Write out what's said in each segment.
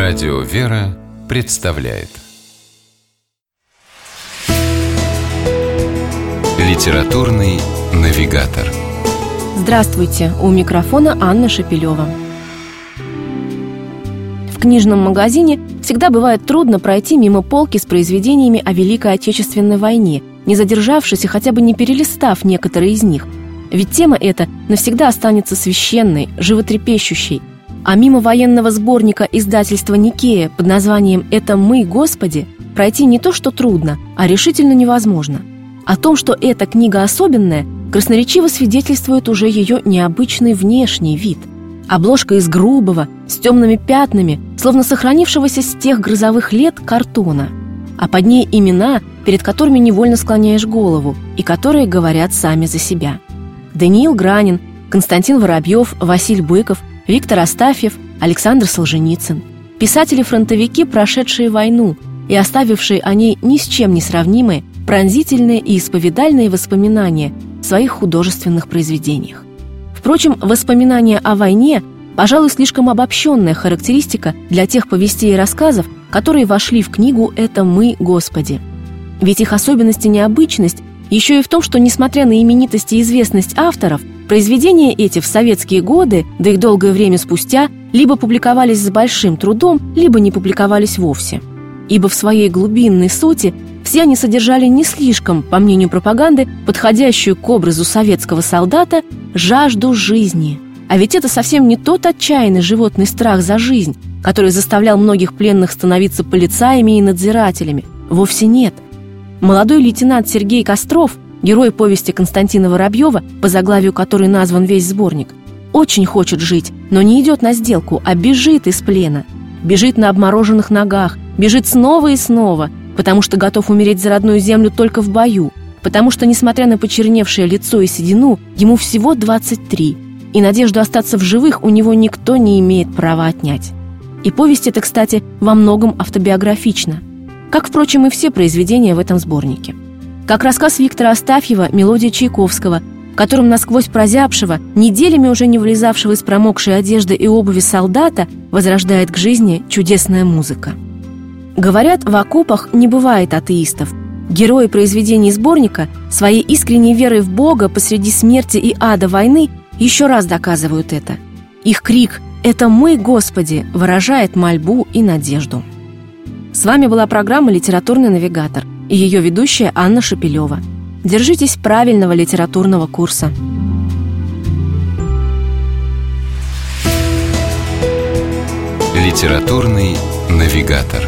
Радио «Вера» представляет Литературный навигатор. Здравствуйте, у микрофона Анна Шапилева. В книжном магазине всегда бывает трудно пройти мимо полки с произведениями о Великой Отечественной войне, не задержавшись и хотя бы не перелистав некоторые из них. Ведь тема эта навсегда останется священной, животрепещущей. А мимо военного сборника издательства «Никея» под названием «Это мы, Господи» пройти не то что трудно, а решительно невозможно. О том, что эта книга особенная, красноречиво свидетельствует уже ее необычный внешний вид. Обложка из грубого, с темными пятнами, словно сохранившегося с тех грозовых лет картона. А под ней имена, перед которыми невольно склоняешь голову, и которые говорят сами за себя. Даниил Гранин, Константин Воробьев, Василь Быков, Виктор Астафьев, Александр Солженицын. Писатели-фронтовики, прошедшие войну и оставившие о ней ни с чем не сравнимые, пронзительные и исповедальные воспоминания в своих художественных произведениях. Впрочем, воспоминания о войне, пожалуй, слишком обобщенная характеристика для тех повестей и рассказов, которые вошли в книгу «Это мы, Господи». Ведь их особенность и необычность еще и в том, что, несмотря на именитость и известность авторов, произведения эти в советские годы, да и долгое время спустя, либо публиковались с большим трудом, либо не публиковались вовсе. Ибо в своей глубинной сути все они содержали не слишком, по мнению пропаганды, подходящую к образу советского солдата жажду жизни. А ведь это совсем не тот отчаянный животный страх за жизнь, который заставлял многих пленных становиться полицаями и надзирателями. Вовсе нет. Молодой лейтенант Сергей Костров, герой повести Константина Воробьева, по заглавию которой назван весь сборник, очень хочет жить, но не идет на сделку, а бежит из плена. Бежит на обмороженных ногах, бежит снова и снова, потому что готов умереть за родную землю только в бою, потому что, несмотря на почерневшее лицо и седину, ему всего 23, и надежду остаться в живых у него никто не имеет права отнять. И повесть эта, кстати, во многом автобиографична, как, впрочем, и все произведения в этом сборнике. Как рассказ Виктора Астафьева «Мелодия Чайковского», в котором насквозь прозябшего, неделями уже не вылезавшего из промокшей одежды и обуви солдата возрождает к жизни чудесная музыка. Говорят, в окопах не бывает атеистов. Герои произведений сборника своей искренней верой в Бога посреди смерти и ада войны еще раз доказывают это. Их крик «Это мы, Господи!» выражает мольбу и надежду. С вами была программа «Литературный навигатор» и ее ведущая Анна Шапилева. Держитесь правильного литературного курса. Литературный навигатор.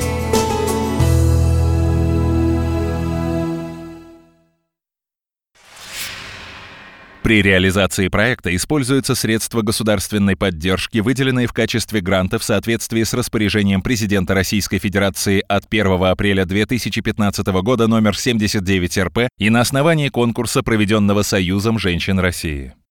При реализации проекта используются средства государственной поддержки, выделенные в качестве гранта в соответствии с распоряжением президента Российской Федерации от 1 апреля 2015 года номер 79 РП и на основании конкурса, проведенного Союзом женщин России.